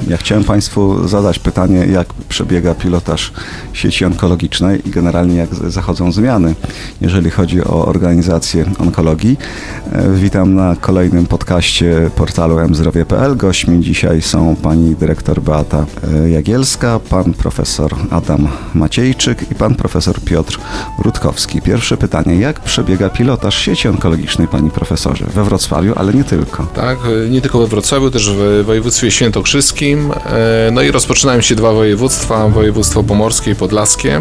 Ja chciałem Państwu zadać pytanie, jak przebiega pilotaż sieci onkologicznej i generalnie jak zachodzą zmiany, jeżeli chodzi o organizację onkologii. Witam na kolejnym podcaście portalu mzdrowie.pl. Gośćmi dzisiaj są pani dyrektor Beata Jagielska, pan profesor Adam Maciejczyk i pan profesor Piotr Rutkowski. Pierwsze pytanie, jak przebiega pilotaż sieci onkologicznej, panie profesorze? We Wrocławiu, ale nie tylko. Tak, nie tylko we Wrocławiu, też w województwie świętokrzyskim. No i rozpoczynają się dwa województwa, województwo pomorskie i podlaskie.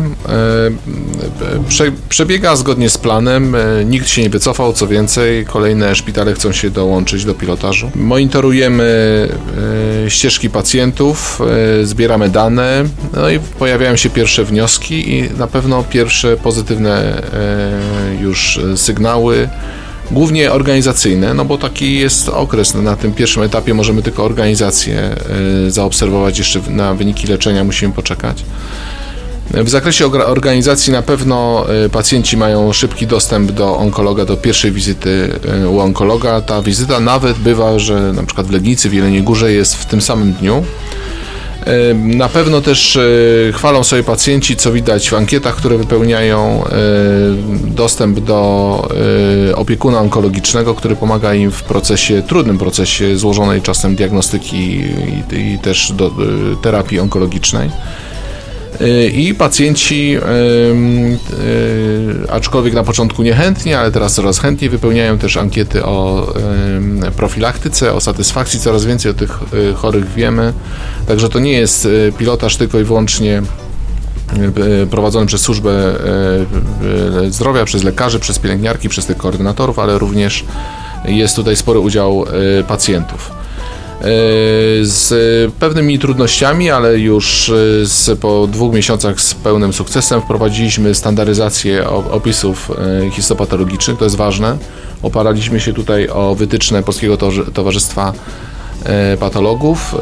Przebiega zgodnie z planem, nikt się nie wycofał, co więcej, kolejne szpitale chcą się dołączyć do pilotażu. Monitorujemy ścieżki pacjentów, zbieramy dane, no i pojawiają się pierwsze wnioski i na pewno pierwsze pozytywne już sygnały, głównie organizacyjne, no bo taki jest okres. Na tym pierwszym etapie możemy tylko organizację zaobserwować, jeszcze na wyniki leczenia musimy poczekać. W zakresie organizacji na pewno pacjenci mają szybki dostęp do onkologa, do pierwszej wizyty u onkologa. Ta wizyta nawet bywa, że na przykład w Legnicy, w Jeleniej Górze jest w tym samym dniu. Na pewno też chwalą sobie pacjenci, co widać w ankietach, które wypełniają, dostęp do opiekuna onkologicznego, który pomaga im w trudnym procesie złożonej czasem diagnostyki i też do terapii onkologicznej. I pacjenci, aczkolwiek na początku niechętnie, ale teraz coraz chętniej wypełniają też ankiety o profilaktyce, o satysfakcji. Coraz więcej o tych chorych wiemy. Także to nie jest pilotaż tylko i wyłącznie prowadzony przez służbę zdrowia, przez lekarzy, przez pielęgniarki, przez tych koordynatorów, ale również jest tutaj spory udział pacjentów. Z pewnymi trudnościami, ale już po 2 miesiącach z pełnym sukcesem wprowadziliśmy standaryzację opisów histopatologicznych, to jest ważne. Oparliśmy się tutaj o wytyczne Polskiego Towarzystwa Patologów.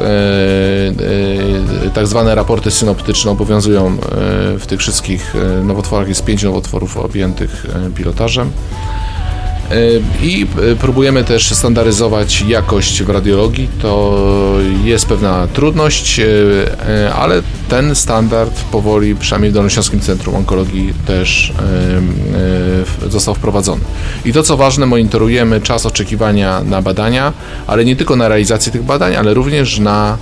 Tak zwane raporty synoptyczne obowiązują w tych wszystkich nowotworach. Jest 5 nowotworów objętych pilotażem. I próbujemy też standaryzować jakość w radiologii. To jest pewna trudność, ale ten standard powoli, przynajmniej w Dolnośląskim Centrum Onkologii, też został wprowadzony. I to, co ważne, monitorujemy czas oczekiwania na badania, ale nie tylko na realizację tych badań, ale również na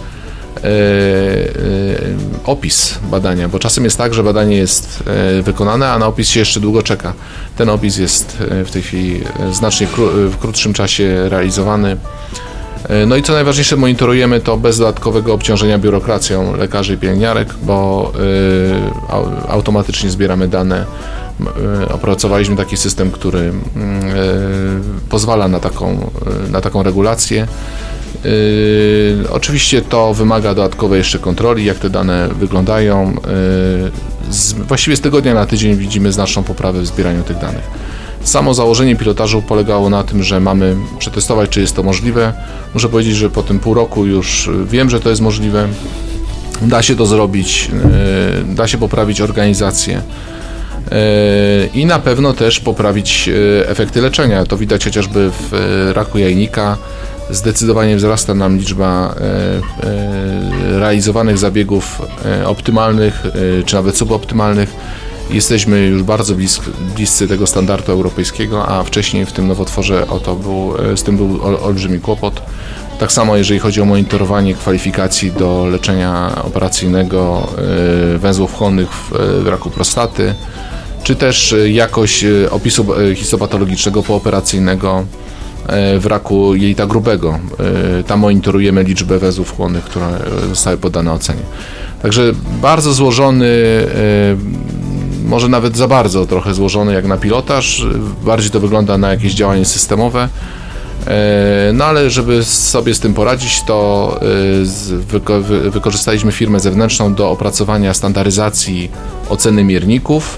opis badania, bo czasem jest tak, że badanie jest wykonane, a na opis się jeszcze długo czeka. Ten opis jest w tej chwili znacznie w krótszym czasie realizowany. No i co najważniejsze, monitorujemy to bez dodatkowego obciążenia biurokracją lekarzy i pielęgniarek, bo automatycznie zbieramy dane. Opracowaliśmy taki system, który pozwala na taką regulację. Oczywiście to wymaga dodatkowej jeszcze kontroli, jak te dane wyglądają. Właściwie z tygodnia na tydzień widzimy znaczną poprawę w zbieraniu tych danych. Samo założenie pilotażu polegało na tym, że mamy przetestować, czy jest to możliwe. Muszę powiedzieć, że po tym pół roku już wiem, że to jest możliwe. Da się to zrobić, da się poprawić organizację i na pewno też poprawić efekty leczenia. To widać chociażby w raku jajnika. Zdecydowanie wzrasta nam liczba realizowanych zabiegów optymalnych, czy nawet suboptymalnych. Jesteśmy już bardzo bliscy tego standardu europejskiego, a wcześniej w tym nowotworze z tym był olbrzymi kłopot. Tak samo jeżeli chodzi o monitorowanie kwalifikacji do leczenia operacyjnego węzłów chłonnych w raku prostaty, czy też jakość opisu histopatologicznego pooperacyjnego w raku jelita grubego. Tam monitorujemy liczbę węzłów chłonnych, które zostały poddane ocenie. Także bardzo złożony, może nawet za bardzo trochę złożony jak na pilotaż. Bardziej to wygląda na jakieś działanie systemowe. No ale żeby sobie z tym poradzić, to wykorzystaliśmy firmę zewnętrzną do opracowania standaryzacji oceny mierników,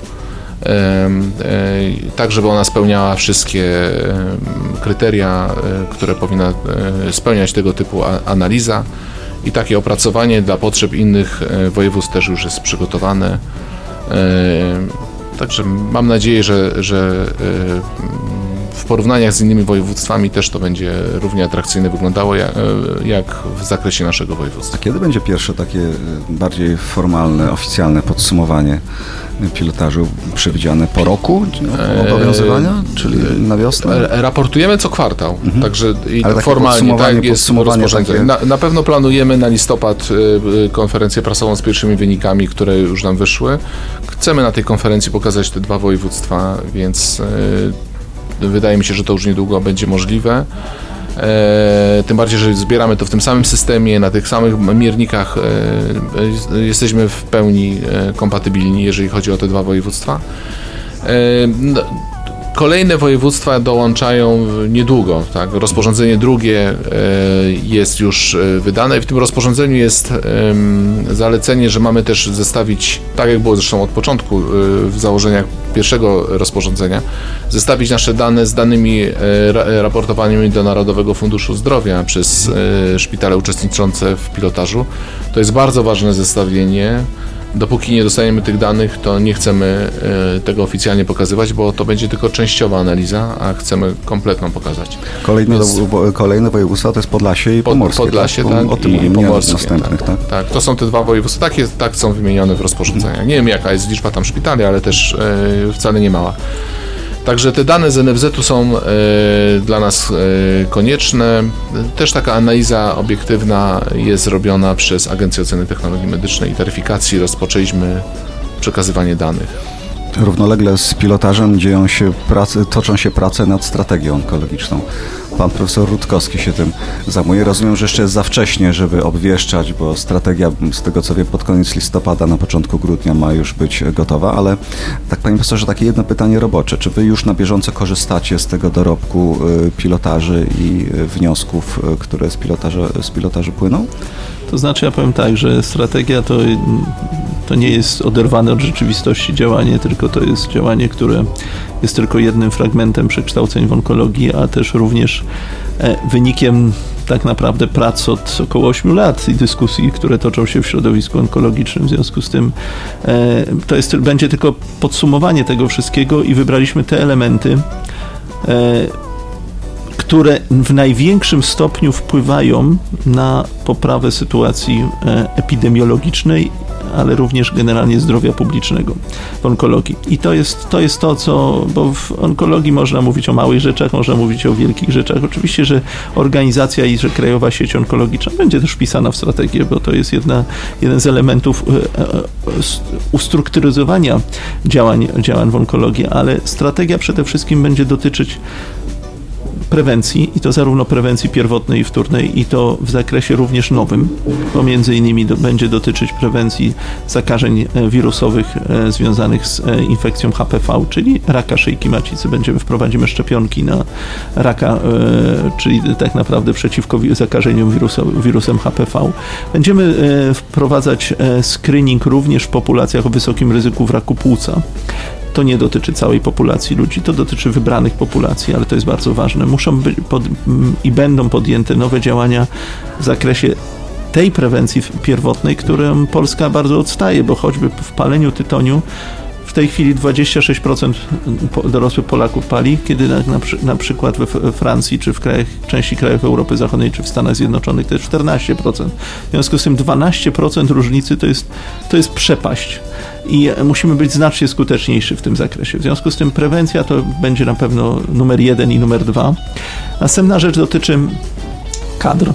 tak żeby ona spełniała wszystkie kryteria, które powinna spełniać tego typu analiza, i takie opracowanie dla potrzeb innych województw też już jest przygotowane. Także mam nadzieję, że w porównaniach z innymi województwami też to będzie równie atrakcyjnie wyglądało jak w zakresie naszego województwa. A kiedy będzie pierwsze takie bardziej formalne, oficjalne podsumowanie pilotażu przewidziane po roku obowiązywania, czyli na wiosnę? Raportujemy co kwartał, także i ale formalnie tak jest rozporządzenie. Na pewno planujemy na listopad konferencję prasową z pierwszymi wynikami, które już nam wyszły. Chcemy na tej konferencji pokazać te dwa województwa, więc wydaje mi się, że to już niedługo będzie możliwe. Tym bardziej, że zbieramy to w tym samym systemie, na tych samych miernikach jesteśmy w pełni kompatybilni, jeżeli chodzi o te dwa województwa. Kolejne województwa dołączają niedługo. Tak? Rozporządzenie drugie jest już wydane i w tym rozporządzeniu jest zalecenie, że mamy też zestawić, tak jak było zresztą od początku w założeniach pierwszego rozporządzenia, zestawić nasze dane z danymi raportowanymi do Narodowego Funduszu Zdrowia przez szpitale uczestniczące w pilotażu. To jest bardzo ważne zestawienie. Dopóki nie dostaniemy tych danych, to nie chcemy tego oficjalnie pokazywać, bo to będzie tylko częściowa analiza, a chcemy kompletną pokazać. Kolejne województwa to jest Podlasie i Pomorskie. Podlasie, tak, o tym i Pomorskie. Następnych, tak? To są te dwa województwa. Tak są wymienione w rozporządzeniach. Nie wiem, jaka jest liczba tam szpitali, ale też wcale nie mała. Także te dane z NFZ-u są dla nas konieczne. Też taka analiza obiektywna jest robiona przez Agencję Oceny Technologii Medycznej i Taryfikacji. Rozpoczęliśmy przekazywanie danych. Równolegle z pilotażem toczą się prace nad strategią onkologiczną. Pan profesor Rutkowski się tym zajmuje. Rozumiem, że jeszcze jest za wcześnie, żeby obwieszczać, bo strategia, z tego co wiem, pod koniec listopada, na początku grudnia ma już być gotowa, ale tak, panie profesorze, takie jedno pytanie robocze. Czy wy już na bieżąco korzystacie z tego dorobku pilotaży i wniosków, które z pilotażu płyną? To znaczy, ja powiem tak, że strategia to nie jest oderwane od rzeczywistości działanie, tylko to jest działanie, które jest tylko jednym fragmentem przekształceń w onkologii, a też również wynikiem tak naprawdę prac od około 8 lat i dyskusji, które toczą się w środowisku onkologicznym. W związku z tym będzie tylko podsumowanie tego wszystkiego i wybraliśmy te elementy, które w największym stopniu wpływają na poprawę sytuacji epidemiologicznej, ale również generalnie zdrowia publicznego w onkologii. I to jest to, bo w onkologii można mówić o małych rzeczach, można mówić o wielkich rzeczach. Oczywiście, że organizacja i że Krajowa Sieć Onkologiczna będzie też wpisana w strategię, bo to jest jeden z elementów ustrukturyzowania działań w onkologii, ale strategia przede wszystkim będzie dotyczyć prewencji i to zarówno prewencji pierwotnej i wtórnej i to w zakresie również nowym, bo między innymi będzie dotyczyć prewencji zakażeń wirusowych związanych z infekcją HPV, czyli raka szyjki macicy. Wprowadzimy szczepionki na raka, czyli tak naprawdę przeciwko zakażeniom wirusem HPV. Będziemy wprowadzać screening również w populacjach o wysokim ryzyku w raku płuca. To nie dotyczy całej populacji ludzi, to dotyczy wybranych populacji, ale to jest bardzo ważne. Muszą być i będą podjęte nowe działania w zakresie tej prewencji pierwotnej, którą Polska bardzo odstaje, bo choćby w paleniu tytoniu w tej chwili 26% dorosłych Polaków pali, kiedy na przykład we Francji, czy w części krajów Europy Zachodniej, czy w Stanach Zjednoczonych to jest 14%. W związku z tym 12% różnicy to jest przepaść. I musimy być znacznie skuteczniejsi w tym zakresie. W związku z tym prewencja to będzie na pewno numer 1 i numer 2. Następna rzecz dotyczy kadr.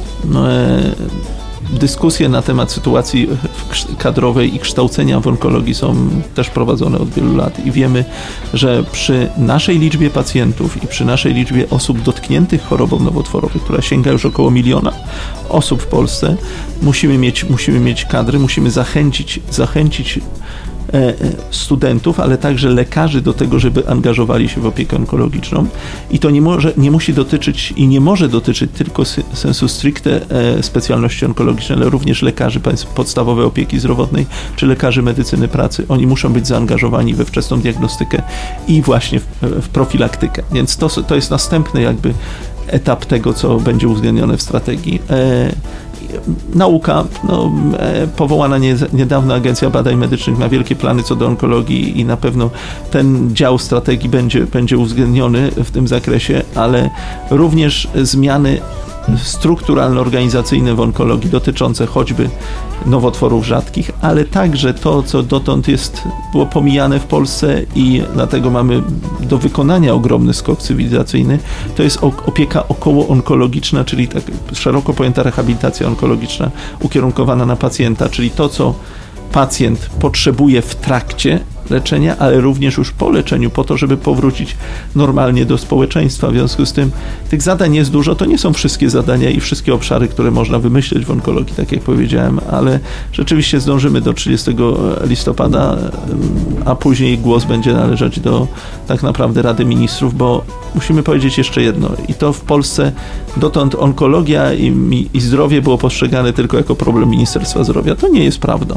Dyskusje na temat sytuacji kadrowej i kształcenia w onkologii są też prowadzone od wielu lat i wiemy, że przy naszej liczbie pacjentów i przy naszej liczbie osób dotkniętych chorobą nowotworową, która sięga już około 1 miliona osób w Polsce, musimy mieć kadry, musimy zachęcić studentów, ale także lekarzy do tego, żeby angażowali się w opiekę onkologiczną i to nie musi dotyczyć i nie może dotyczyć tylko sensu stricte specjalności onkologicznej, ale również lekarzy podstawowej opieki zdrowotnej czy lekarzy medycyny pracy. Oni muszą być zaangażowani we wczesną diagnostykę i właśnie w profilaktykę. Więc to jest następny jakby etap tego, co będzie uwzględnione w strategii. Nauka, powołana niedawno Agencja Badań Medycznych ma wielkie plany co do onkologii i na pewno ten dział strategii będzie uwzględniony w tym zakresie, ale również zmiany strukturalno-organizacyjne w onkologii dotyczące choćby nowotworów rzadkich, ale także to, co dotąd było pomijane w Polsce i dlatego mamy do wykonania ogromny skok cywilizacyjny, to jest opieka okołoonkologiczna, czyli tak szeroko pojęta rehabilitacja onkologiczna ukierunkowana na pacjenta, czyli to, co pacjent potrzebuje w trakcie leczenia, ale również już po leczeniu, po to, żeby powrócić normalnie do społeczeństwa. W związku z tym tych zadań jest dużo, to nie są wszystkie zadania i wszystkie obszary, które można wymyśleć w onkologii, tak jak powiedziałem, ale rzeczywiście zdążymy do 30 listopada, a później głos będzie należeć do tak naprawdę Rady Ministrów, bo musimy powiedzieć jeszcze jedno, i to w Polsce dotąd onkologia i zdrowie było postrzegane tylko jako problem Ministerstwa Zdrowia. To nie jest prawda,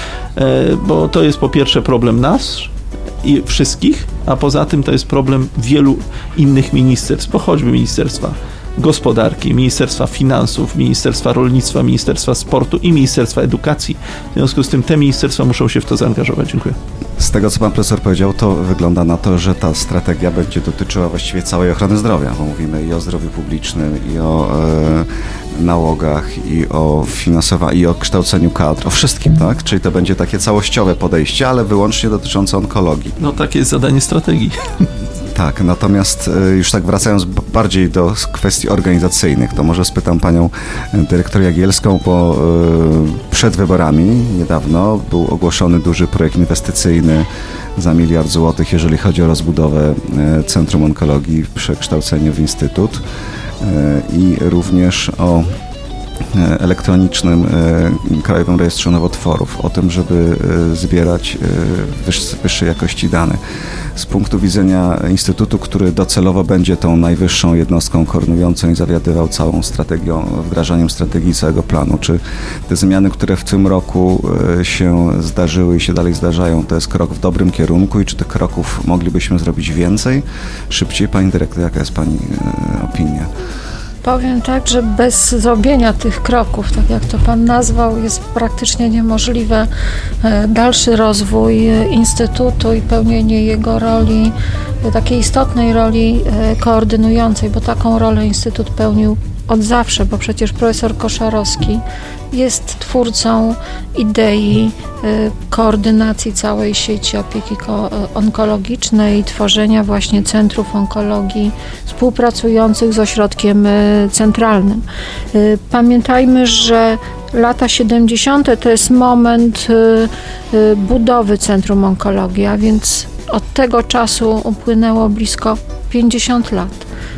bo to jest po pierwsze problem nasz i wszystkich, a poza tym to jest problem wielu innych ministerstw, bo choćby Ministerstwa Gospodarki, Ministerstwa Finansów, Ministerstwa Rolnictwa, Ministerstwa Sportu i Ministerstwa Edukacji. W związku z tym te ministerstwa muszą się w to zaangażować. Dziękuję. Z tego, co pan profesor powiedział, to wygląda na to, że ta strategia będzie dotyczyła właściwie całej ochrony zdrowia, bo mówimy i o zdrowiu publicznym, i o nałogach, i o finansowaniu, i o kształceniu kadr, o wszystkim, tak? Czyli to będzie takie całościowe podejście, ale wyłącznie dotyczące onkologii. No takie jest zadanie strategii. Tak, natomiast już tak wracając bardziej do kwestii organizacyjnych, to może spytam panią dyrektor Jagielską, bo przed wyborami niedawno był ogłoszony duży projekt inwestycyjny za 1 miliard złotych, jeżeli chodzi o rozbudowę Centrum Onkologii, przekształcenie w instytut i również o elektronicznym Krajowym Rejestrze Nowotworów, o tym, żeby zbierać wyższej jakości dane. Z punktu widzenia Instytutu, który docelowo będzie tą najwyższą jednostką koordynującą i zawiadywał całą strategią, wdrażaniem strategii całego planu, czy te zmiany, które w tym roku się zdarzyły i się dalej zdarzają, to jest krok w dobrym kierunku i czy tych kroków moglibyśmy zrobić więcej, szybciej? Pani dyrektor, jaka jest pani opinia? Powiem tak, że bez zrobienia tych kroków, tak jak to pan nazwał, jest praktycznie niemożliwe dalszy rozwój Instytutu i pełnienie jego roli, takiej istotnej roli koordynującej, bo taką rolę Instytut pełnił od zawsze, bo przecież profesor Koszarowski jest twórcą idei koordynacji całej sieci opieki onkologicznej i tworzenia właśnie centrów onkologii współpracujących z ośrodkiem centralnym. Pamiętajmy, że lata 70. to jest moment budowy Centrum Onkologii, a więc od tego czasu upłynęło blisko 50 lat.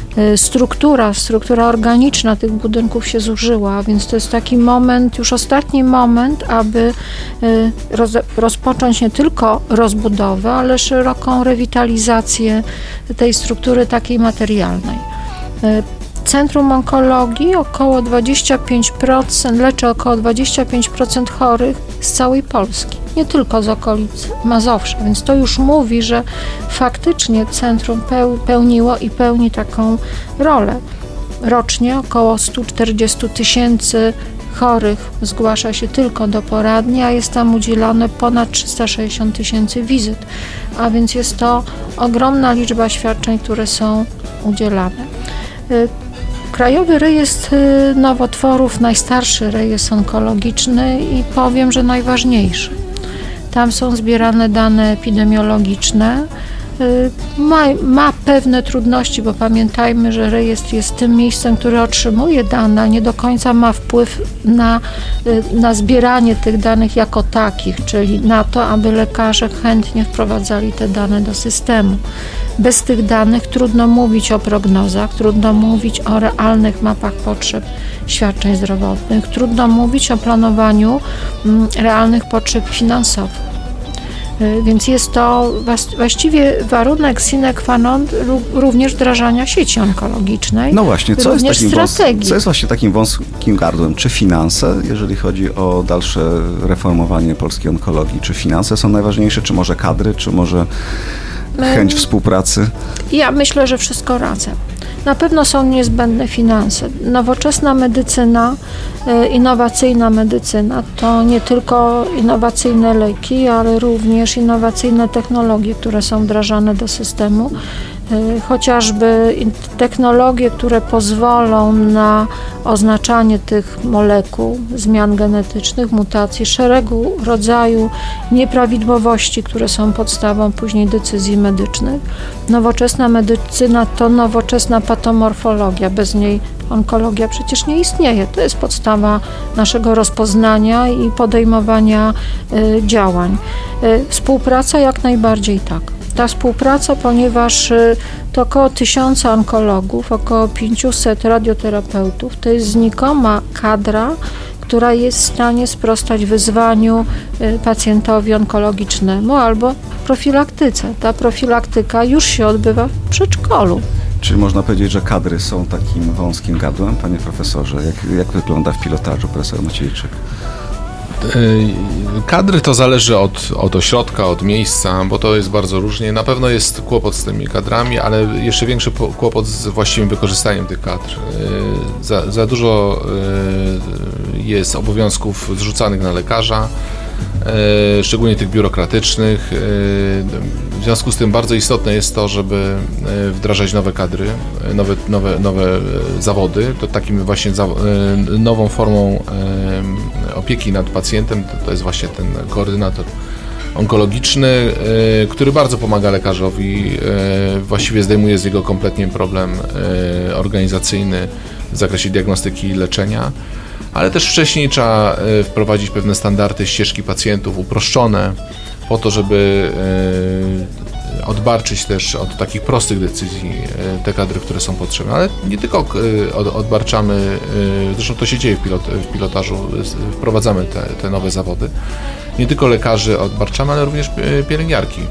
Struktura organiczna tych budynków się zużyła, więc to jest taki moment, już ostatni moment, aby rozpocząć nie tylko rozbudowę, ale szeroką rewitalizację tej struktury takiej materialnej. Centrum Onkologii około 25%, leczy około 25% chorych z całej Polski, nie tylko z okolic Mazowsza, więc to już mówi, że faktycznie centrum pełniło i pełni taką rolę. Rocznie około 140 000 chorych zgłasza się tylko do poradni, a jest tam udzielone ponad 360 000 wizyt, a więc jest to ogromna liczba świadczeń, które są udzielane. Krajowy Rejestr Nowotworów, najstarszy rejestr onkologiczny i powiem, że najważniejszy. Tam są zbierane dane epidemiologiczne. Ma pewne trudności, bo pamiętajmy, że rejestr jest tym miejscem, które otrzymuje dane, a nie do końca ma wpływ na zbieranie tych danych jako takich, czyli na to, aby lekarze chętnie wprowadzali te dane do systemu. Bez tych danych trudno mówić o prognozach, trudno mówić o realnych mapach potrzeb świadczeń zdrowotnych, trudno mówić o planowaniu realnych potrzeb finansowych. Więc jest to właściwie warunek sine qua non również wdrażania sieci onkologicznej. No właśnie, co jest właśnie takim wąskim gardłem? Czy finanse, jeżeli chodzi o dalsze reformowanie polskiej onkologii, czy finanse są najważniejsze, czy może kadry, czy może chęć współpracy? Ja myślę, że wszystko razem. Na pewno są niezbędne finanse. Nowoczesna medycyna, innowacyjna medycyna to nie tylko innowacyjne leki, ale również innowacyjne technologie, które są wdrażane do systemu. Chociażby technologie, które pozwolą na oznaczanie tych molekuł, zmian genetycznych, mutacji, szeregu rodzaju nieprawidłowości, które są podstawą później decyzji medycznych. Nowoczesna medycyna to nowoczesna patomorfologia, bez niej onkologia przecież nie istnieje. To jest podstawa naszego rozpoznania i podejmowania działań. Współpraca jak najbardziej tak. Ta współpraca, ponieważ to około 1000 onkologów, około 500 radioterapeutów, to jest znikoma kadra, która jest w stanie sprostać wyzwaniu pacjentowi onkologicznemu albo profilaktyce. Ta profilaktyka już się odbywa w przedszkolu. Czyli można powiedzieć, że kadry są takim wąskim gardłem, panie profesorze? Jak wygląda w pilotażu profesor Maciejczyk? Kadry to zależy od ośrodka, od miejsca, bo to jest bardzo różnie. Na pewno jest kłopot z tymi kadrami, ale jeszcze większy kłopot z właściwym wykorzystaniem tych kadr. Za dużo jest obowiązków zrzucanych na lekarza, szczególnie tych biurokratycznych. W związku z tym bardzo istotne jest to, żeby wdrażać nowe kadry, nowe zawody. To takim właśnie nową formą opieki nad pacjentem to jest właśnie ten koordynator onkologiczny, który bardzo pomaga lekarzowi, właściwie zdejmuje z niego kompletnie problem organizacyjny w zakresie diagnostyki i leczenia. Ale też wcześniej trzeba wprowadzić pewne standardy ścieżki pacjentów uproszczone po to, żeby odbarczyć też od takich prostych decyzji te kadry, które są potrzebne. Ale nie tylko odbarczamy, zresztą to się dzieje w pilotażu, wprowadzamy te nowe zawody. Nie tylko lekarzy odbarczamy, ale również pielęgniarki.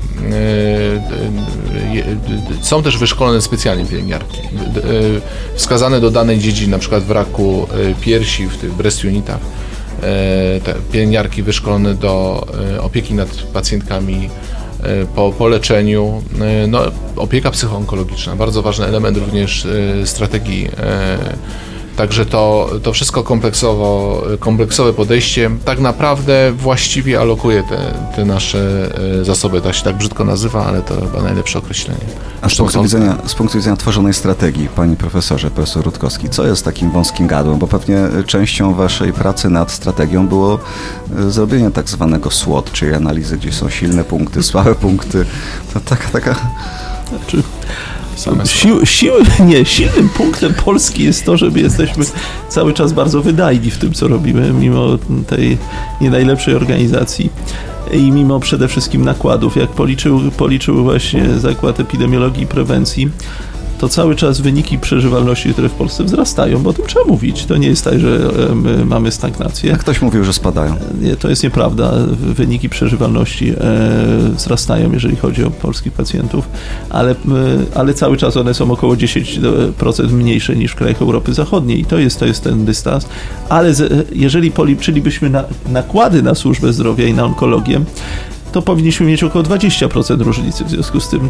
Są też wyszkolone specjalnie pielęgniarki, wskazane do danej dziedziny, na przykład w raku piersi, w tych breast unitach. Te pielęgniarki wyszkolone do opieki nad pacjentkami po leczeniu. No, opieka psychoonkologiczna, bardzo ważny element również strategii. Także to wszystko kompleksowe podejście tak naprawdę właściwie alokuje te nasze zasoby. To się tak brzydko nazywa, ale to chyba najlepsze określenie. A z punktu widzenia tworzonej strategii, panie profesorze, profesor Rutkowski, co jest takim wąskim gardłem? Bo pewnie częścią waszej pracy nad strategią było zrobienie tak zwanego SWOT, czyli analizy, gdzie są silne punkty, słabe punkty. To taka... Znaczy... Silnym punktem Polski jest to, że my jesteśmy cały czas bardzo wydajni w tym, co robimy, mimo tej nie najlepszej organizacji i mimo przede wszystkim nakładów. Jak policzył właśnie Zakład Epidemiologii i Prewencji, to cały czas wyniki przeżywalności, które w Polsce wzrastają, bo o tym trzeba mówić. To nie jest tak, że my mamy stagnację. A ktoś mówił, że spadają. Nie, to jest nieprawda. Wyniki przeżywalności wzrastają, jeżeli chodzi o polskich pacjentów, ale cały czas one są około 10% mniejsze niż w krajach Europy Zachodniej i to jest ten dystans. Ale jeżeli policzylibyśmy nakłady na służbę zdrowia i na onkologię, to powinniśmy mieć około 20% różnicy. W związku z tym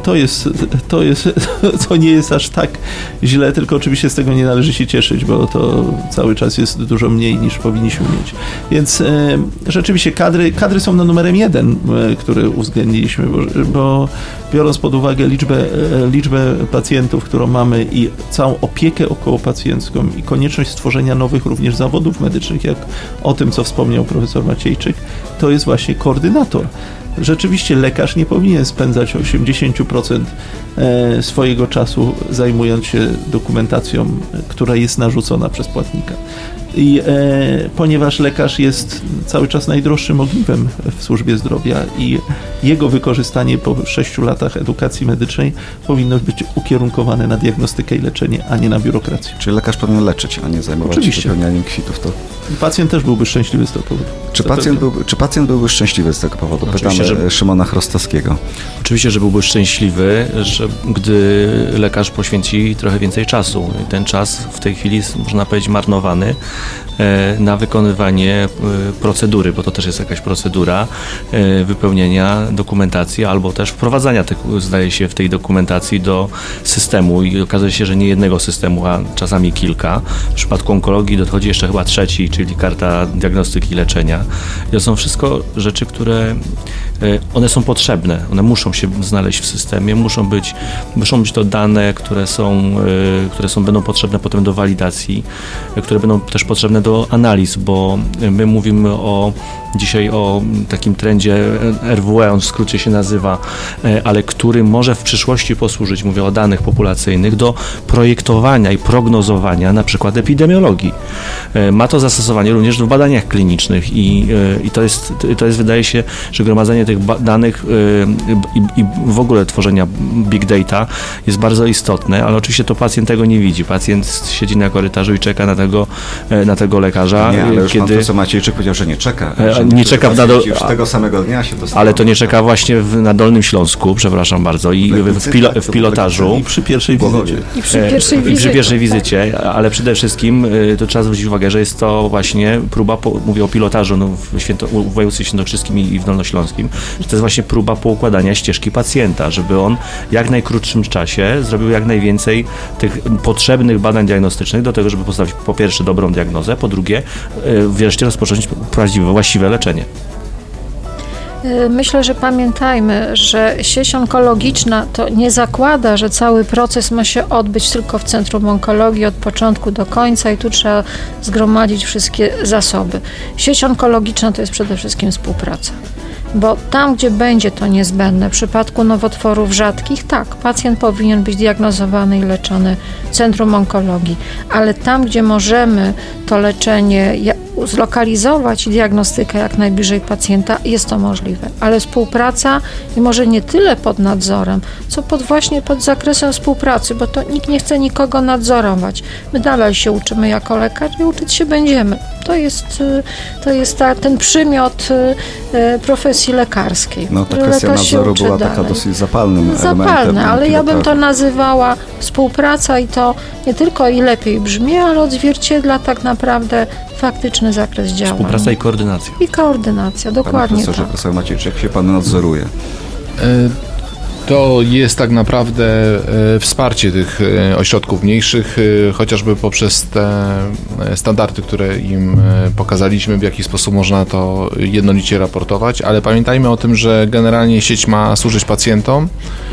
to nie jest aż tak źle, tylko oczywiście z tego nie należy się cieszyć, bo to cały czas jest dużo mniej niż powinniśmy mieć. Więc rzeczywiście kadry są numerem 1, który uwzględniliśmy, bo biorąc pod uwagę liczbę pacjentów, którą mamy i całą opiekę okołopacjencką i konieczność stworzenia nowych również zawodów medycznych, jak o tym, co wspomniał profesor Maciejczyk, to jest właśnie koordynator. Rzeczywiście lekarz nie powinien spędzać 80% swojego czasu zajmując się dokumentacją, która jest narzucona przez płatnika. I ponieważ lekarz jest cały czas najdroższym ogniwem w służbie zdrowia i jego wykorzystanie po 6 latach edukacji medycznej powinno być ukierunkowane na diagnostykę i leczenie, a nie na biurokrację. Czyli lekarz powinien leczyć, a nie zajmować się wypełnianiem kwitów. To... Pacjent też byłby szczęśliwy z tego powodu. Czy pacjent byłby szczęśliwy z tego powodu? Pytamy Szymona Chrostowskiego. Oczywiście, że byłby szczęśliwy, gdy lekarz poświęci trochę więcej czasu. Ten czas w tej chwili jest, można powiedzieć, marnowany na wykonywanie procedury, bo to też jest jakaś procedura wypełnienia dokumentacji albo też wprowadzania, zdaje się, w tej dokumentacji do systemu i okazuje się, że nie jednego systemu, a czasami kilka. W przypadku onkologii dochodzi jeszcze chyba trzeci, czyli karta diagnostyki i leczenia. I to są wszystko rzeczy, które one są potrzebne, one muszą się znaleźć w systemie, muszą być to dane, które będą potrzebne potem do walidacji, które będą też potrzebne do analiz, bo my mówimy dzisiaj o takim trendzie RWE, on w skrócie się nazywa, ale który może w przyszłości posłużyć, mówię o danych populacyjnych, do projektowania i prognozowania na przykład epidemiologii. Ma to zastosowanie również w badaniach klinicznych i to jest wydaje się, że gromadzenie tych danych i w ogóle tworzenia big data jest bardzo istotne, ale oczywiście to pacjent tego nie widzi. Pacjent siedzi na korytarzu i czeka na tego lekarza. Nie, ale już pan profesor Maciejczyk powiedział, że nie czeka. Nie czeka już tego samego dnia się dostaną. ale to nie czeka właśnie na Dolnym Śląsku, przepraszam bardzo, i w pilotażu. I przy pierwszej wizycie. I przy pierwszej wizycie, ale przede wszystkim to trzeba zwrócić uwagę, że jest to właśnie próba, mówię o pilotażu w województwie świętokrzyskim i w dolnośląskim, że to jest właśnie próba poukładania ścieżki pacjenta, żeby on w jak najkrótszym czasie zrobił jak najwięcej tych potrzebnych badań diagnostycznych do tego, żeby postawić po pierwsze dobrą diagnozę, po drugie wreszcie rozpocząć właściwe leczenie. Myślę, że pamiętajmy, że sieć onkologiczna to nie zakłada, że cały proces ma się odbyć tylko w Centrum Onkologii od początku do końca i tu trzeba zgromadzić wszystkie zasoby. Sieć onkologiczna to jest przede wszystkim współpraca. Bo tam, gdzie będzie to niezbędne, w przypadku nowotworów rzadkich, tak, pacjent powinien być diagnozowany i leczony w Centrum Onkologii, ale tam, gdzie możemy to leczenie zlokalizować i diagnostykę jak najbliżej pacjenta, jest to możliwe. Ale współpraca i może nie tyle pod nadzorem, co właśnie pod zakresem współpracy, bo to nikt nie chce nikogo nadzorować. My dalej się uczymy jako lekarz i uczyć się będziemy. To jest ten przymiot profesji lekarskiej. No ta kwestia nadzoru była taka dosyć zapalnym elementem. Ale ja bym to nazywała współpraca i to nie tylko i lepiej brzmi, ale odzwierciedla tak naprawdę faktyczny zakres działań. Współpraca i koordynacja. I koordynacja, dokładnie. Panie profesorze, profesor Maciejczyk, jak się pan nadzoruje? To jest tak naprawdę wsparcie tych ośrodków mniejszych, chociażby poprzez te standardy, które im pokazaliśmy, w jaki sposób można to jednolicie raportować, ale pamiętajmy o tym, że generalnie sieć ma służyć pacjentom,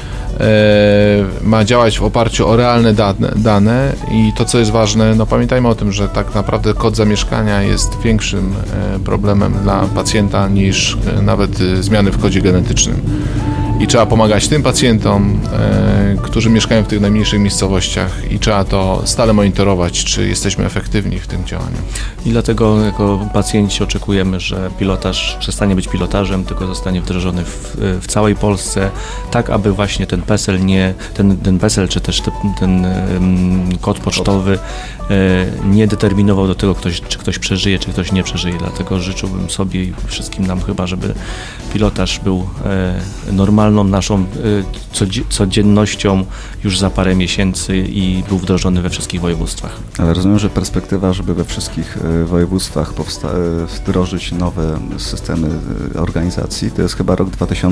ma działać w oparciu o realne dane i to, co jest ważne, no pamiętajmy o tym, że tak naprawdę kod zamieszkania jest większym problemem dla pacjenta niż nawet zmiany w kodzie genetycznym. I trzeba pomagać tym pacjentom, którzy mieszkają w tych najmniejszych miejscowościach i trzeba to stale monitorować, czy jesteśmy efektywni w tym działaniu. I dlatego jako pacjenci oczekujemy, że pilotaż przestanie być pilotażem, tylko zostanie wdrożony w całej Polsce, tak aby właśnie ten PESEL, ten PESEL czy też ten kod pocztowy nie determinował do tego, czy ktoś przeżyje, czy ktoś nie przeżyje. Dlatego życzyłbym sobie i wszystkim nam chyba, żeby pilotaż był normalną naszą codziennością już za parę miesięcy i był wdrożony we wszystkich województwach. Ale rozumiem, że perspektywa, żeby we wszystkich województwach wdrożyć nowe systemy organizacji, to jest chyba rok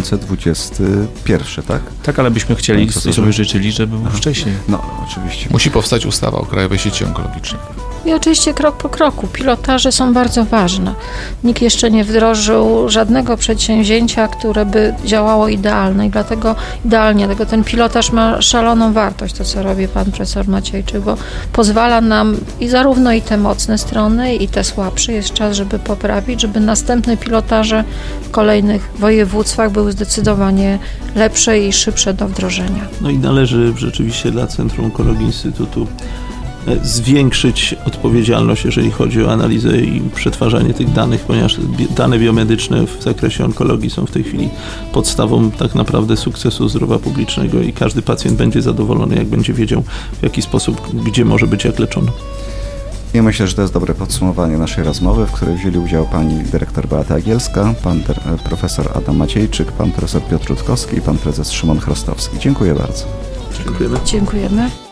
2021, tak? Tak, ale byśmy chcieli i sobie życzyli, żeby był wcześniej. No, oczywiście. Musi powstać ustawa o Krajowej Sieci Onkologicznej. I oczywiście krok po kroku. Pilotaże są bardzo ważne. Nikt jeszcze nie wdrożył żadnego przedsięwzięcia, które by działało idealnie. Dlatego ten pilotaż ma szaloną wartość, to co robi pan profesor Maciejczyk, bo pozwala nam i zarówno i te mocne strony, i te słabsze. Jest czas, żeby poprawić, żeby następne pilotaże w kolejnych województwach były zdecydowanie lepsze i szybsze do wdrożenia. No i należy rzeczywiście dla Centrum Onkologii Instytutu zwiększyć odpowiedzialność, jeżeli chodzi o analizę i przetwarzanie tych danych, ponieważ dane biomedyczne w zakresie onkologii są w tej chwili podstawą tak naprawdę sukcesu zdrowia publicznego i każdy pacjent będzie zadowolony, jak będzie wiedział, w jaki sposób, gdzie może być jak leczony. I myślę, że to jest dobre podsumowanie naszej rozmowy, w której wzięli udział pani dyrektor Beata Agielska, pan profesor Adam Maciejczyk, pan profesor Piotr Rutkowski i pan prezes Szymon Chrostowski. Dziękuję bardzo. Dziękujemy. Dziękujemy.